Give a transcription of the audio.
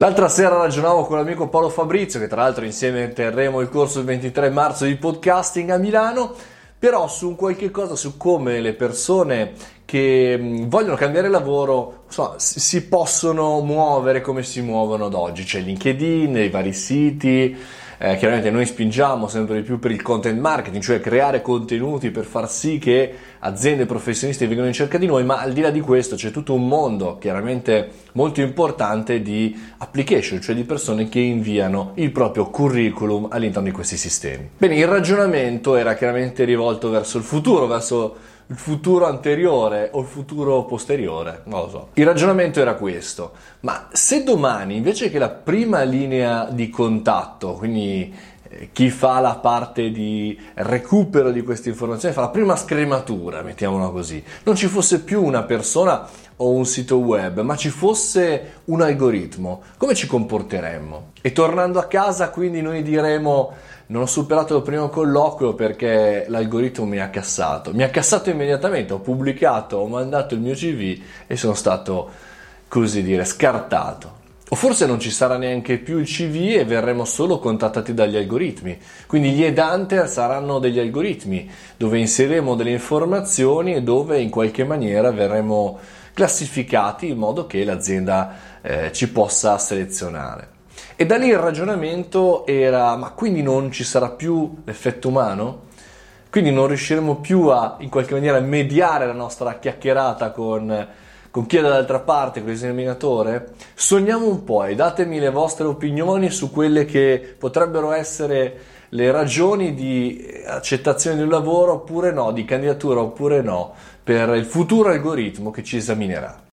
L'altra sera ragionavo con l'amico Paolo Fabrizio, che tra l'altro insieme terremo il corso il 23 marzo di podcasting a Milano, però su un qualche cosa, su come le persone che vogliono cambiare lavoro, insomma, si possono muovere come si muovono ad oggi. C'è LinkedIn, i vari siti, chiaramente noi spingiamo sempre di più per il content marketing, cioè creare contenuti per far sì che aziende e professionisti vengano in cerca di noi, ma al di là di questo c'è tutto un mondo chiaramente molto importante di application, cioè di persone che inviano il proprio curriculum all'interno di questi sistemi. Bene, il ragionamento era chiaramente rivolto verso il futuro, verso il futuro anteriore o il futuro posteriore, non lo so. Il ragionamento era questo: ma se domani invece che la prima linea di contatto, quindi chi fa la parte di recupero di queste informazioni, fa la prima scrematura, mettiamola così, non ci fosse più una persona o un sito web, ma ci fosse un algoritmo, come ci comporteremmo? E tornando a casa, quindi noi diremo: non ho superato il primo colloquio perché l'algoritmo mi ha cassato immediatamente, ho pubblicato, ho mandato il mio CV e sono stato, così dire, scartato. O forse non ci sarà neanche più il CV e verremo solo contattati dagli algoritmi. Quindi gli headhunter saranno degli algoritmi dove inseriremo delle informazioni e dove in qualche maniera verremo classificati in modo che l'azienda ci possa selezionare. E da lì il ragionamento era: ma quindi non ci sarà più l'effetto umano? Quindi non riusciremo più a, in qualche maniera, mediare la nostra chiacchierata con chi è dall'altra parte, con l'esaminatore? Sogniamo un po' e datemi le vostre opinioni su quelle che potrebbero essere le ragioni di accettazione di un lavoro oppure no, di candidatura oppure no, per il futuro algoritmo che ci esaminerà.